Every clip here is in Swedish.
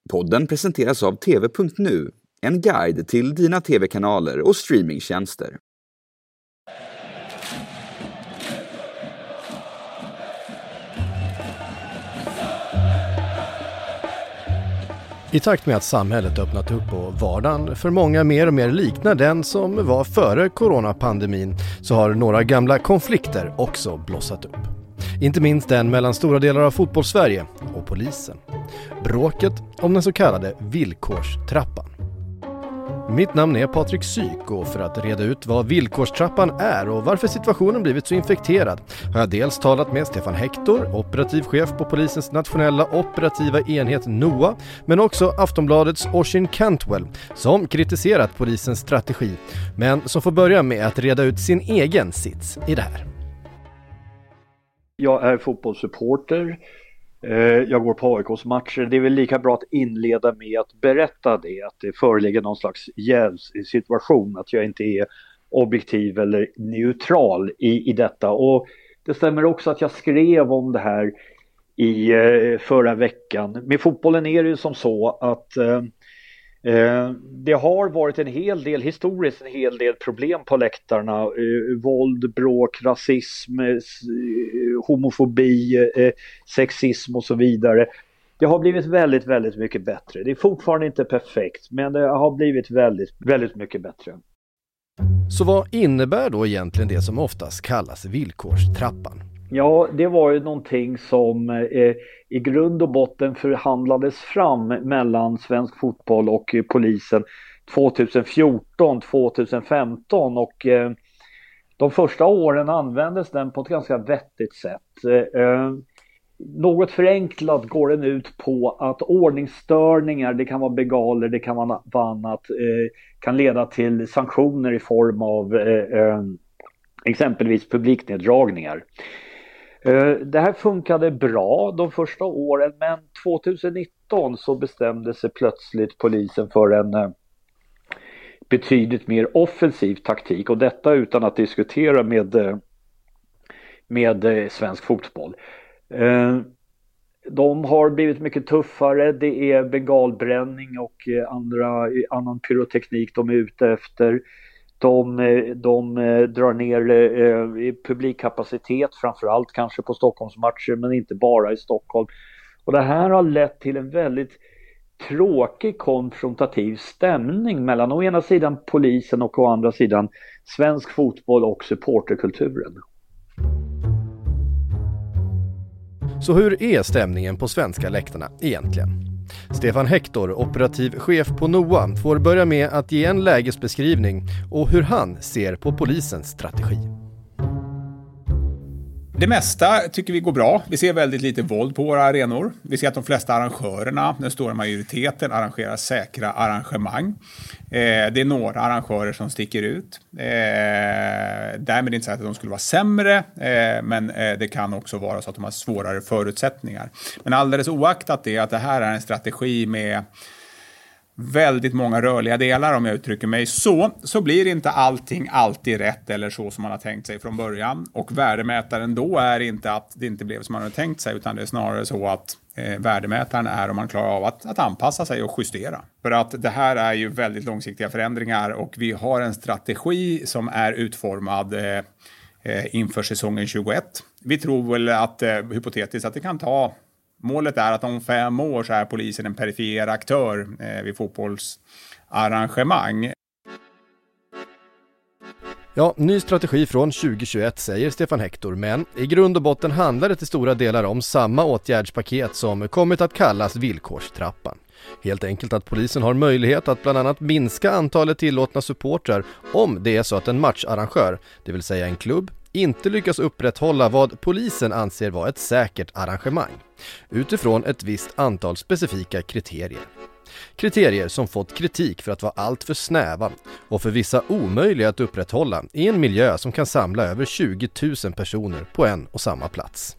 Podden presenteras av TV.nu, en guide till dina tv-kanaler och streamingtjänster. I takt med att samhället öppnat upp och vardagen för många mer och mer liknar den som var före coronapandemin, så har några gamla konflikter också blossat upp. Inte minst den mellan stora delar av fotbollssverige och polisen. Bråket om den så kallade villkorstrappan. Mitt namn är Patrik Syk, och för att reda ut vad villkorstrappan är och varför situationen blivit så infekterad har jag dels talat med Stefan Hector, operativ chef på polisens nationella operativa enhet NOA, men också Aftonbladets Oisin Cantwell som kritiserat polisens strategi, men som får börja med att reda ut sin egen sits i det här. Jag är fotbollssupporter. Jag går på AIKs matcher. Det är väl lika bra att inleda med att berätta det. Att det föreligger någon slags jävssituation. Att jag inte är objektiv eller neutral i detta. Och det stämmer också att jag skrev om det här i förra veckan. Med fotbollen är det ju som så att det har varit historiskt en hel del problem på läktarna. Våld, bråk, rasism, homofobi, sexism och så vidare. Det har blivit väldigt, väldigt mycket bättre. Det är fortfarande inte perfekt, men det har blivit väldigt, väldigt mycket bättre. Så vad innebär då egentligen det som oftast kallas villkorstrappan? Ja, det var ju någonting som i grund och botten förhandlades fram mellan svensk fotboll och polisen 2014-2015, och de första åren användes den på ett ganska vettigt sätt. Något förenklat går den ut på att ordningsstörningar, det kan vara begaler, det kan vara annat, kan leda till sanktioner i form av exempelvis publikneddragningar. Det här funkade bra de första åren, men 2019 så bestämde sig plötsligt polisen för en betydligt mer offensiv taktik, och detta utan att diskutera med svensk fotboll. De har blivit mycket tuffare, det är bengalbränning och annan pyroteknik de är ute efter. De drar ner publikkapacitet, framförallt kanske på Stockholmsmatcher, men inte bara i Stockholm. Och det här har lett till en väldigt tråkig konfrontativ stämning mellan å ena sidan polisen och å andra sidan svensk fotboll och supporterkulturen. Så hur är stämningen på svenska läktarna egentligen? Stefan Hector, operativ chef på NOA, får börja med att ge en lägesbeskrivning och hur han ser på polisens strategi. Det mesta tycker vi går bra. Vi ser väldigt lite våld på våra arenor. Vi ser att de flesta arrangörerna, den stora majoriteten, arrangerar säkra arrangemang. Det är några arrangörer som sticker ut. Därmed inte sagt att de skulle vara sämre, men det kan också vara så att de har svårare förutsättningar. Men alldeles oaktat det, att det här är en strategi med väldigt många rörliga delar, om jag uttrycker mig så blir inte allting alltid rätt eller så som man har tänkt sig från början. Och värdemätaren då är inte att det inte blev som man hade tänkt sig, utan det är snarare så att värdemätaren är om man klarar av att anpassa sig och justera. För att det här är ju väldigt långsiktiga förändringar, och vi har en strategi som är utformad inför säsongen 21. Vi tror väl att hypotetiskt att det kan ta. Målet är att om 5 år så är polisen en perifer aktör vid fotbollsarrangemang. Ja, ny strategi från 2021 säger Stefan Hector, men i grund och botten handlar det till stora delar om samma åtgärdspaket som kommit att kallas villkorstrappan. Helt enkelt att polisen har möjlighet att bland annat minska antalet tillåtna supportrar om det är så att en matcharrangör, det vill säga en klubb, inte lyckas upprätthålla vad polisen anser vara ett säkert arrangemang utifrån ett visst antal specifika kriterier. Kriterier som fått kritik för att vara allt för snäva och för vissa omöjliga att upprätthålla i en miljö som kan samla över 20 000 personer på en och samma plats.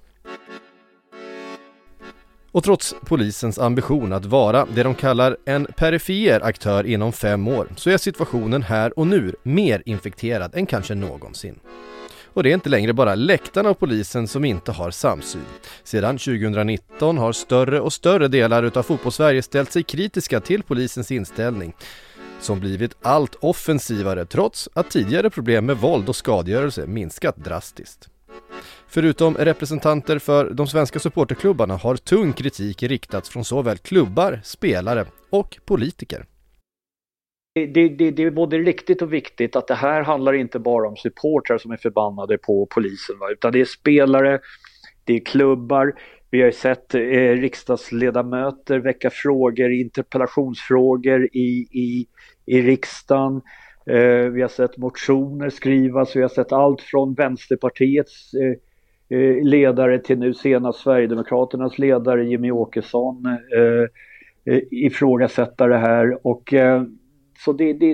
Och trots polisens ambition att vara det de kallar en perifer aktör inom 5 år så är situationen här och nu mer infekterad än kanske någonsin. Och det är inte längre bara läktarna och polisen som inte har samsyn. Sedan 2019 har större och större delar utav fotbollssverige ställt sig kritiska till polisens inställning, som blivit allt offensivare trots att tidigare problem med våld och skadegörelse minskat drastiskt. Förutom representanter för de svenska supporterklubbarna har tung kritik riktats från såväl klubbar, spelare och politiker. Det är både riktigt och viktigt att det här handlar inte bara om supportrar som är förbannade på polisen, utan det är spelare, det är klubbar. Vi har sett riksdagsledamöter väcka frågor, interpellationsfrågor i riksdagen. Vi har sett motioner skrivas, vi har sett allt från Vänsterpartiets ledare till nu senast Sverigedemokraternas ledare Jimmy Åkesson ifrågasätta det här. Och så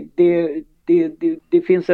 det finns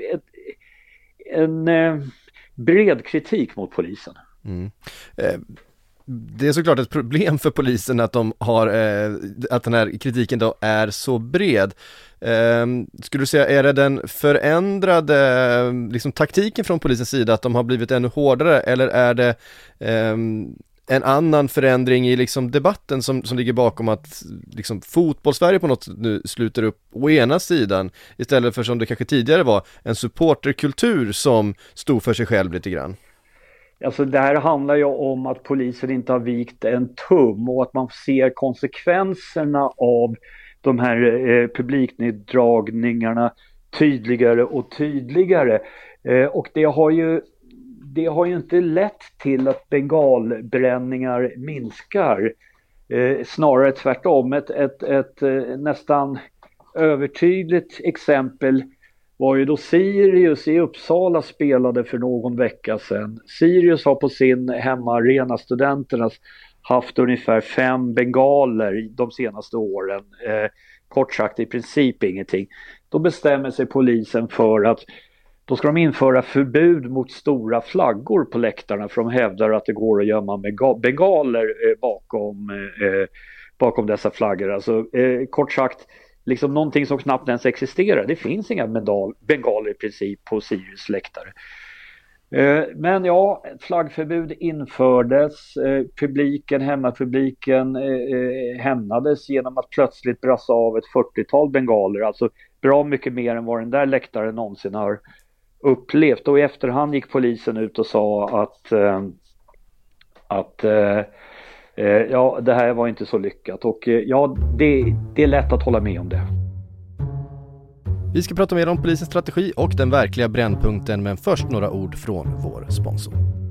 en bred kritik mot polisen. Mm. Det är såklart ett problem för polisen att de har att den här kritiken då är så bred. Skulle du säga, är det den förändrade liksom, taktiken från polisens sida att de har blivit ännu hårdare, eller är det en annan förändring i liksom, debatten som ligger bakom att liksom, fotbollssverige på något nu sluter upp å ena sidan istället för som det kanske tidigare var en supporterkultur som stod för sig själv lite grann? Alltså det här handlar ju om att polisen inte har vikt en tum och att man ser konsekvenserna av de här publikneddragningarna tydligare och tydligare. Och det har ju inte lett till att bengalbränningar minskar. Snarare tvärtom. Ett nästan övertydligt exempel var ju då Sirius i Uppsala spelade för någon vecka sedan. Sirius har på sin hemmaarena Studenternas haft ungefär 5 bengaler de senaste åren. Kort sagt i princip ingenting. Då bestämmer sig polisen för att då ska de införa förbud mot stora flaggor på läktarna, för de hävdar att det går att gömma bengaler bakom dessa flaggor. Alltså kort sagt liksom någonting som knappt ens existerar. Det finns inga bengaler i princip på Sirius läktare. Men ja, flaggförbud infördes. Hemmapubliken hämnades genom att plötsligt brassa av ett 40-tal bengaler. Alltså bra mycket mer än vad den där läktaren någonsin har upplevt. Och i efterhand gick polisen ut och sa att ja, det här var inte så lyckat. Och ja, det är lätt att hålla med om det. Vi ska prata mer om polisens strategi och den verkliga brännpunkten, men först några ord från vår sponsor.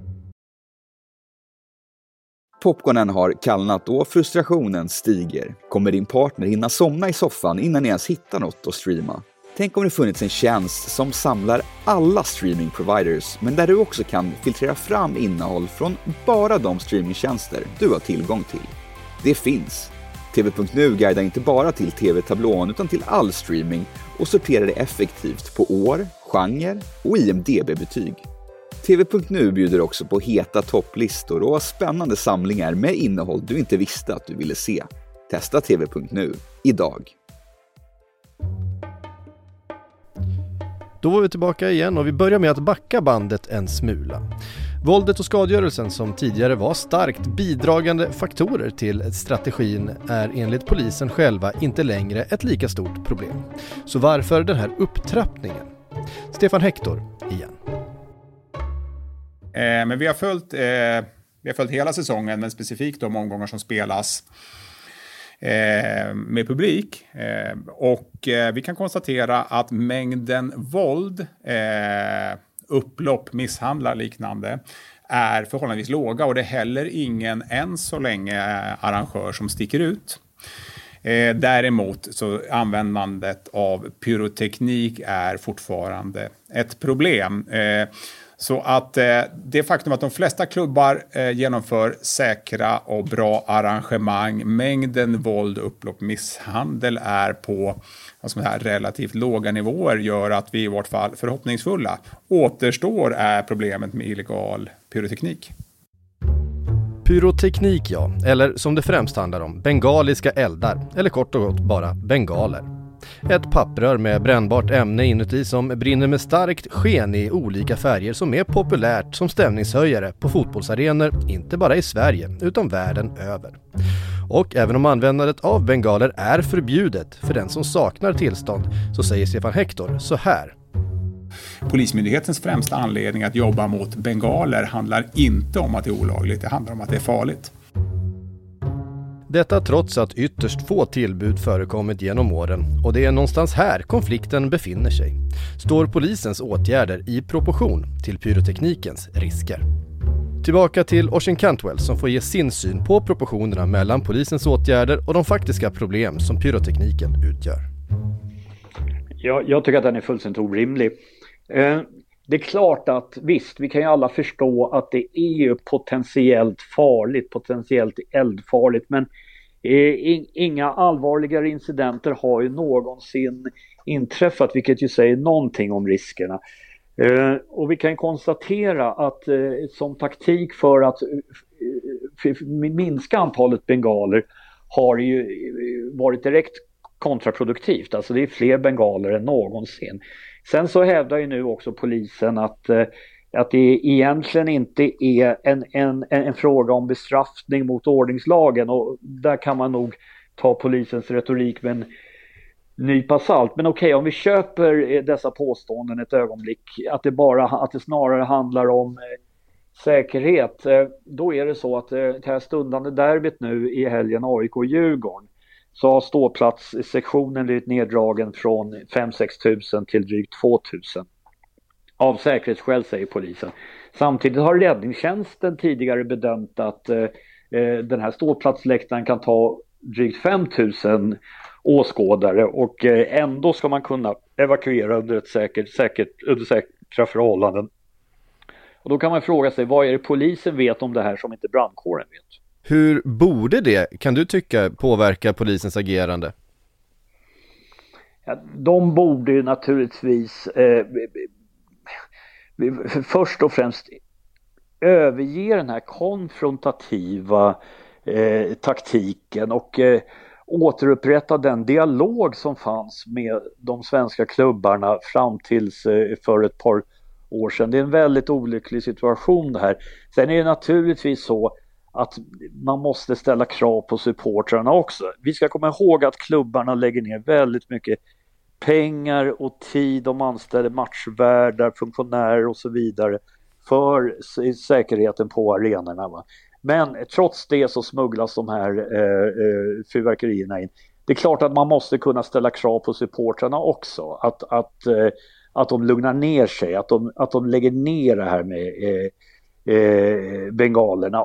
Popcornen har kallnat och frustrationen stiger. Kommer din partner hinna somna i soffan innan ni ens hittar något att streama? Tänk om det funnits en tjänst som samlar alla streamingproviders, men där du också kan filtrera fram innehåll från bara de streamingtjänster du har tillgång till. Det finns. TV.nu guidar inte bara till TV-tablån utan till all streaming och sorterar det effektivt på år, genre och IMDb-betyg. TV.nu bjuder också på heta topplistor och spännande samlingar med innehåll du inte visste att du ville se. Testa TV.nu idag. Då var vi tillbaka igen och vi börjar med att backa bandet en smula. Våldet och skadegörelsen som tidigare var starkt bidragande faktorer till strategin är enligt polisen själva inte längre ett lika stort problem. Så varför den här upptrappningen? Stefan Hector igen. Men vi har följt hela säsongen, men specifikt de omgångar som spelas med publik. Och vi kan konstatera att mängden våld, upplopp, misshandlar liknande är förhållandevis låga, och det är heller ingen än så länge arrangör som sticker ut. Däremot så användandet av pyroteknik är fortfarande ett problem. Så att det faktum att de flesta klubbar genomför säkra och bra arrangemang, mängden våld, upplopp, misshandel är på relativt låga nivåer gör att vi i vart fall förhoppningsfulla. Återstår är problemet med illegal pyroteknik. Pyroteknik, ja. Eller som det främst handlar om, bengaliska eldar. Eller kort och gott bara bengaler. Ett papprör med brännbart ämne inuti som brinner med starkt sken i olika färger som är populärt som stämningshöjare på fotbollsarenor, inte bara i Sverige utan världen över. Och även om användandet av bengaler är förbjudet för den som saknar tillstånd, så säger Stefan Hector så här. Polismyndighetens främsta anledning att jobba mot bengaler handlar inte om att det är olagligt, det handlar om att det är farligt. Detta trots att ytterst få tillbud förekommit genom åren, och det är någonstans här konflikten befinner sig. Står polisens åtgärder i proportion till pyroteknikens risker? Tillbaka till Oisin Cantwell som får ge sin syn på proportionerna mellan polisens åtgärder och de faktiska problem som pyrotekniken utgör. Jag tycker att den är fullständigt orimlig. Det är klart att visst, vi kan ju alla förstå att det är ju potentiellt farligt, potentiellt eldfarligt, men inga allvarligare incidenter har ju någonsin inträffat, vilket ju säger någonting om riskerna. Och vi kan konstatera att som taktik för att minska antalet bengaler har ju varit direkt kontraproduktivt. Alltså det är fler bengaler än någonsin. Sen så hävdar ju nu också polisen att det egentligen inte är en fråga om bestraffning mot ordningslagen, och där kan man nog ta polisens retorik med en nypa salt. Men okej, om vi köper dessa påståenden ett ögonblick, att det snarare handlar om säkerhet, då är det så att det här stundande derbyt nu i helgen AIK-Djurgården, så har ståplatssektionen blivit neddragen från 5-6 tusen till drygt 2 000. Av säkerhetsskäl, säger polisen. Samtidigt har räddningstjänsten tidigare bedömt att den här ståplatsläktaren kan ta drygt 5 000 åskådare, och ändå ska man kunna evakuera under under säkra förhållanden. Och då kan man fråga sig, vad är det polisen vet om det här som inte brandkåren vet? Hur borde det, kan du tycka, påverka polisens agerande? Ja, de borde ju naturligtvis först och främst överge den här konfrontativa taktiken och återupprätta den dialog som fanns med de svenska klubbarna fram tills för ett par år sedan. Det är en väldigt olycklig situation det här. Sen är det naturligtvis så att man måste ställa krav på supportrarna också. Vi ska komma ihåg att klubbarna lägger ner väldigt mycket pengar och tid. De anställer matchvärdar, funktionärer och så vidare för säkerheten på arenorna. Va? Men trots det så smugglas de här fyrverkerierna in. Det är klart att man måste kunna ställa krav på supportrarna också. Att de lugnar ner sig, att de lägger ner det här med bengalerna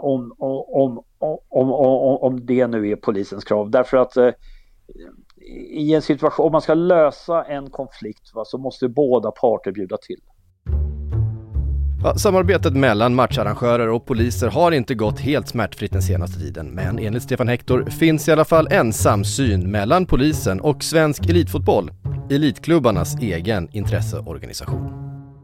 om det nu är polisens krav. Därför att i en situation, om man ska lösa en konflikt, så måste båda parter bjuda till. Ja, samarbetet mellan matcharrangörer och poliser har inte gått helt smärtfritt den senaste tiden, men enligt Stefan Hector finns i alla fall en samsyn mellan polisen och svensk elitfotboll, elitklubbarnas egen intresseorganisation.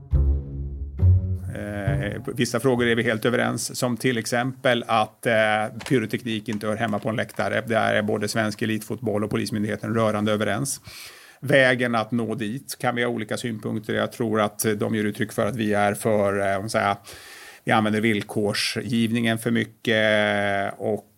Vissa frågor är vi helt överens, som till exempel att pyroteknik inte hör hemma på en läktare. Där är både svensk elitfotboll och polismyndigheten rörande överens. Vägen att nå dit kan vi ha olika synpunkter. Jag tror att de ger uttryck för att vi är för, vi använder villkorsgivningen för mycket, och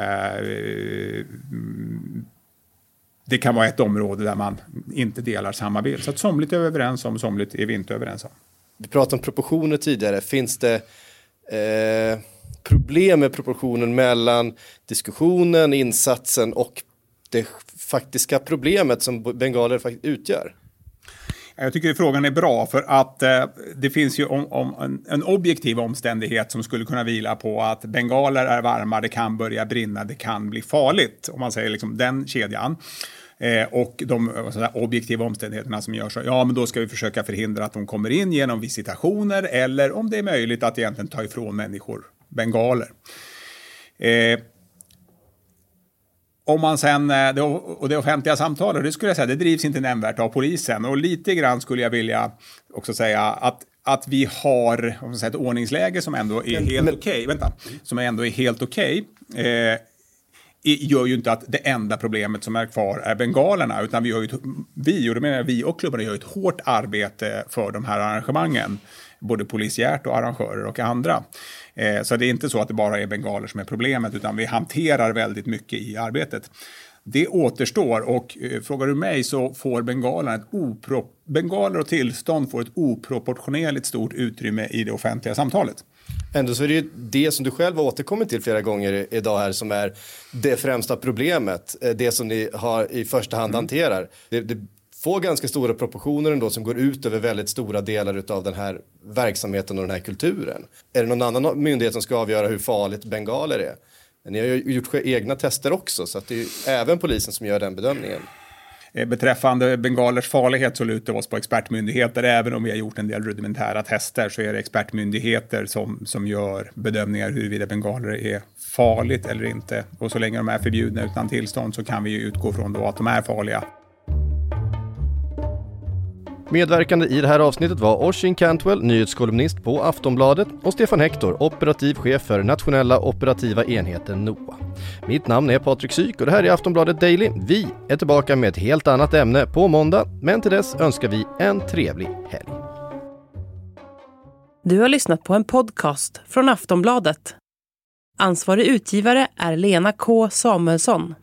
det kan vara ett område där man inte delar samma bild. Så att somligt är vi överens om, somligt är vi inte överens om. Vi pratade om proportioner tidigare. Finns det problem med proportionen mellan diskussionen, insatsen och det faktiska problemet som bengaler faktiskt utgör? Jag tycker att frågan är bra, för att det finns ju en objektiv omständighet som skulle kunna vila på att bengaler är varma, det kan börja brinna, det kan bli farligt. Om man säger liksom den kedjan. Och de objektiva omständigheterna som gör så, ja men då ska vi försöka förhindra att de kommer in genom visitationer, eller om det är möjligt att egentligen ta ifrån människor bengaler. Om man sen, det offentliga samtalet, det skulle jag säga, det drivs inte nämnvärt av polisen, och lite grann skulle jag vilja också säga att vi har ett ordningsläge som ändå är helt okej. Som ändå är helt okej. gör ju inte att det enda problemet som är kvar är bengalerna, utan vi och klubbarna gör ett hårt arbete för de här arrangemangen, både polisiärt och arrangörer och andra. Så det är inte så att det bara är bengaler som är problemet, utan vi hanterar väldigt mycket i arbetet. Det återstår, och frågar du mig så får bengaler och tillstånd får ett oproportionerligt stort utrymme i det offentliga samtalet. Ändå så är det ju det som du själv har återkommit till flera gånger idag här som är det främsta problemet. Det som ni har i första hand hanterar. Det får ganska stora proportioner ändå som går ut över väldigt stora delar av den här verksamheten och den här kulturen. Är det någon annan myndighet som ska avgöra hur farligt bengaler är? Ni har ju gjort egna tester också, så att det är även polisen som gör den bedömningen. Beträffande bengalers farlighet så lutar vi oss på expertmyndigheter. Även om vi har gjort en del rudimentära tester så är det expertmyndigheter som gör bedömningar huruvida bengaler är farligt eller inte. Och så länge de är förbjudna utan tillstånd så kan vi ju utgå från då att de är farliga. Medverkande i det här avsnittet var Oisin Cantwell, nyhetskolumnist på Aftonbladet, och Stefan Hector, operativ chef för nationella operativa enheten NOA. Mitt namn är Patrik Syk och det här är Aftonbladet Daily. Vi är tillbaka med ett helt annat ämne på måndag, men till dess önskar vi en trevlig helg. Du har lyssnat på en podcast från Aftonbladet. Ansvarig utgivare är Lena K. Samuelsson.